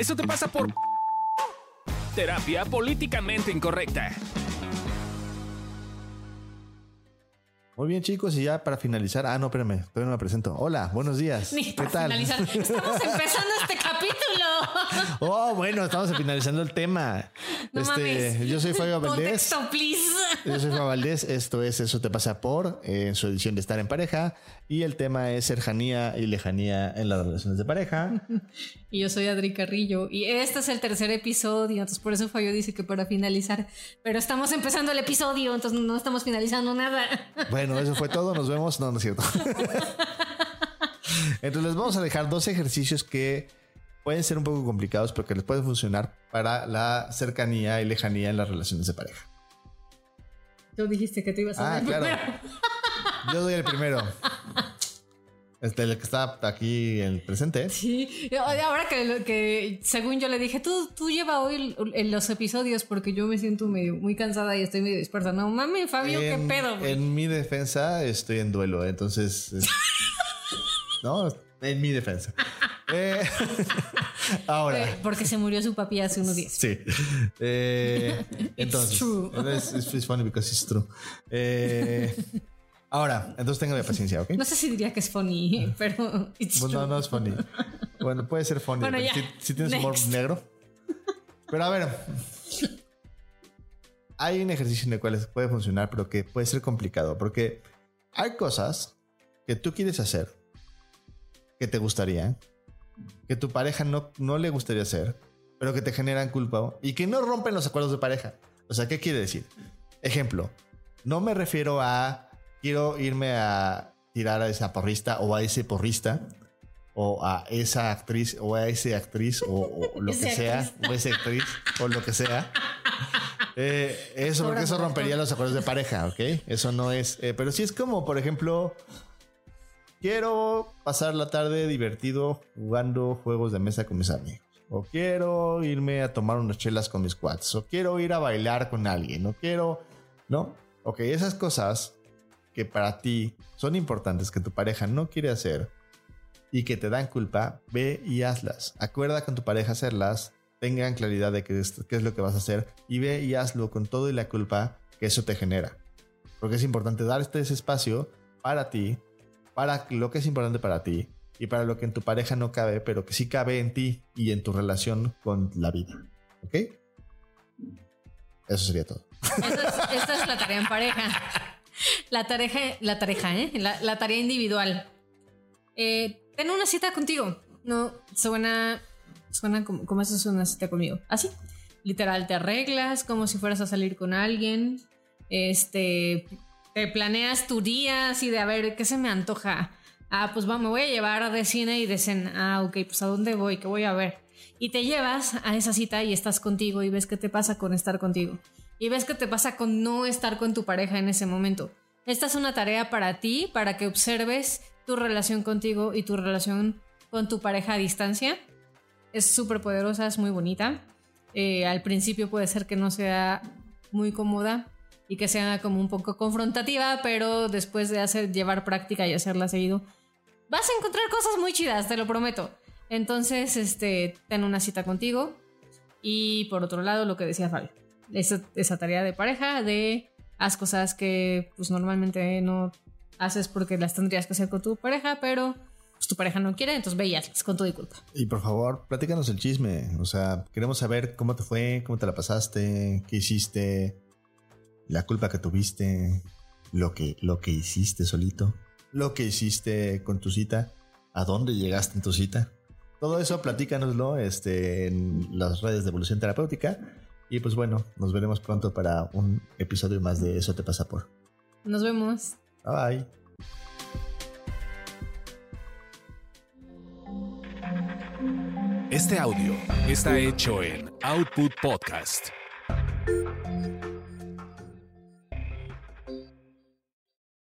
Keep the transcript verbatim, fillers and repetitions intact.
Eso te pasa por terapia políticamente incorrecta. Muy bien, chicos, y ya para finalizar. Ah, no, espérame, todavía no me presento. Hola, buenos días. Ni ¿Qué para tal? finalizar. Estamos empezando este capítulo. Oh, bueno, estamos finalizando el tema. No este, mames. Yo soy Fabio Valdés. Contexto, please. Yo soy Fabio Valdés. Esto es Eso te pasa por, eh, en su edición de Estar en Pareja. Y el tema es cercanía y lejanía en las relaciones de pareja. Y yo soy Adri Carrillo. Y este es el tercer episodio. Entonces por eso Fabio dice que para finalizar. Pero estamos empezando el episodio. Entonces no estamos finalizando nada. Bueno, eso fue todo. Nos vemos. No, no es cierto. Entonces les vamos a dejar dos ejercicios que pueden ser un poco complicados, pero que les pueden funcionar para la cercanía y lejanía en las relaciones de pareja. Tú dijiste que tú ibas a Ah, dar el claro. primero. Yo doy el primero. Este, el que está aquí en el presente. Sí, ahora que, que según yo le dije, tú, tú lleva hoy el, el, los episodios porque yo me siento medio, muy cansada y estoy medio dispersa. No mames, Fabio, en, qué pedo, güey. En mi defensa estoy en duelo, entonces... Es, no, en mi defensa. eh, ahora. Eh, porque se murió su papi hace unos días. Sí. Eh, entonces. It's true. It's, it's, it's funny because it's true. Eh, ahora, entonces tengan paciencia, ¿ok? No sé si diría que es funny, pero it's Pues true. no, no es funny. Bueno, puede ser funny. Bueno, ya. Si, si tienes humor Next. negro. Pero a ver. Hay un ejercicio en el cual puede funcionar, pero que puede ser complicado. Porque hay cosas que tú quieres hacer, que te gustaría, que tu pareja no, no le gustaría hacer, pero que te generan culpa y que no rompen los acuerdos de pareja. O sea, ¿qué quiere decir? Ejemplo, no me refiero a quiero irme a tirar a esa porrista o a ese porrista o a esa actriz o a esa actriz o, o lo que sea, o esa actriz o lo que sea. Eh, eso, porque eso rompería los acuerdos de pareja, ¿ok? Eso no es... Eh, pero sí es como, por ejemplo... Quiero pasar la tarde divertido jugando juegos de mesa con mis amigos. O quiero irme a tomar unas chelas con mis cuates. O quiero ir a bailar con alguien. O quiero... ¿No? Ok, esas cosas que para ti son importantes, que tu pareja no quiere hacer y que te dan culpa, ve y hazlas. Acuerda con tu pareja hacerlas. Tengan claridad de qué es, qué es lo que vas a hacer. Y ve y hazlo con todo y la culpa que eso te genera. Porque es importante darte ese espacio para ti, para lo que es importante para ti y para lo que en tu pareja no cabe, pero que sí cabe en ti y en tu relación con la vida. ¿Ok? Eso sería todo. Esta es, esta es la tarea en pareja. La tarea, la tarea, ¿eh? La, la tarea individual. Eh, ten una cita contigo. No, suena, suena como, como eso es una cita conmigo. Así. Literal, te arreglas como si fueras a salir con alguien. Este... Te planeas tu día así de a ver qué se me antoja. Ah, pues va, me voy a llevar de cine y de cena. Ah, ok, pues a dónde voy, qué voy a ver. Y te llevas a esa cita y estás contigo y ves qué te pasa con estar contigo. Y ves qué te pasa con no estar con tu pareja en ese momento. Esta es una tarea para ti, para que observes tu relación contigo y tu relación con tu pareja a distancia. Es súper poderosa, es muy bonita. Eh, al principio puede ser que no sea muy cómoda y que sea como un poco confrontativa, pero después de hacer, llevar práctica y hacerla seguido, vas a encontrar cosas muy chidas, te lo prometo. Entonces, este, ten una cita contigo. Y por otro lado, lo que decía Fabio, esa, esa tarea de pareja, de haz cosas que pues normalmente no haces porque las tendrías que hacer con tu pareja, pero pues, tu pareja no quiere, entonces ve y hazlas con todo y culpa. Y por favor, platícanos el chisme. O sea, queremos saber cómo te fue, cómo te la pasaste, qué hiciste, la culpa que tuviste, lo que, lo que hiciste solito, lo que hiciste con tu cita, a dónde llegaste en tu cita. Todo eso platícanoslo este, en las redes de Evolución Terapéutica. Y pues bueno, nos veremos pronto para un episodio más de Eso te pasa por. Nos vemos. Bye bye. Este audio está hecho en Output Podcast.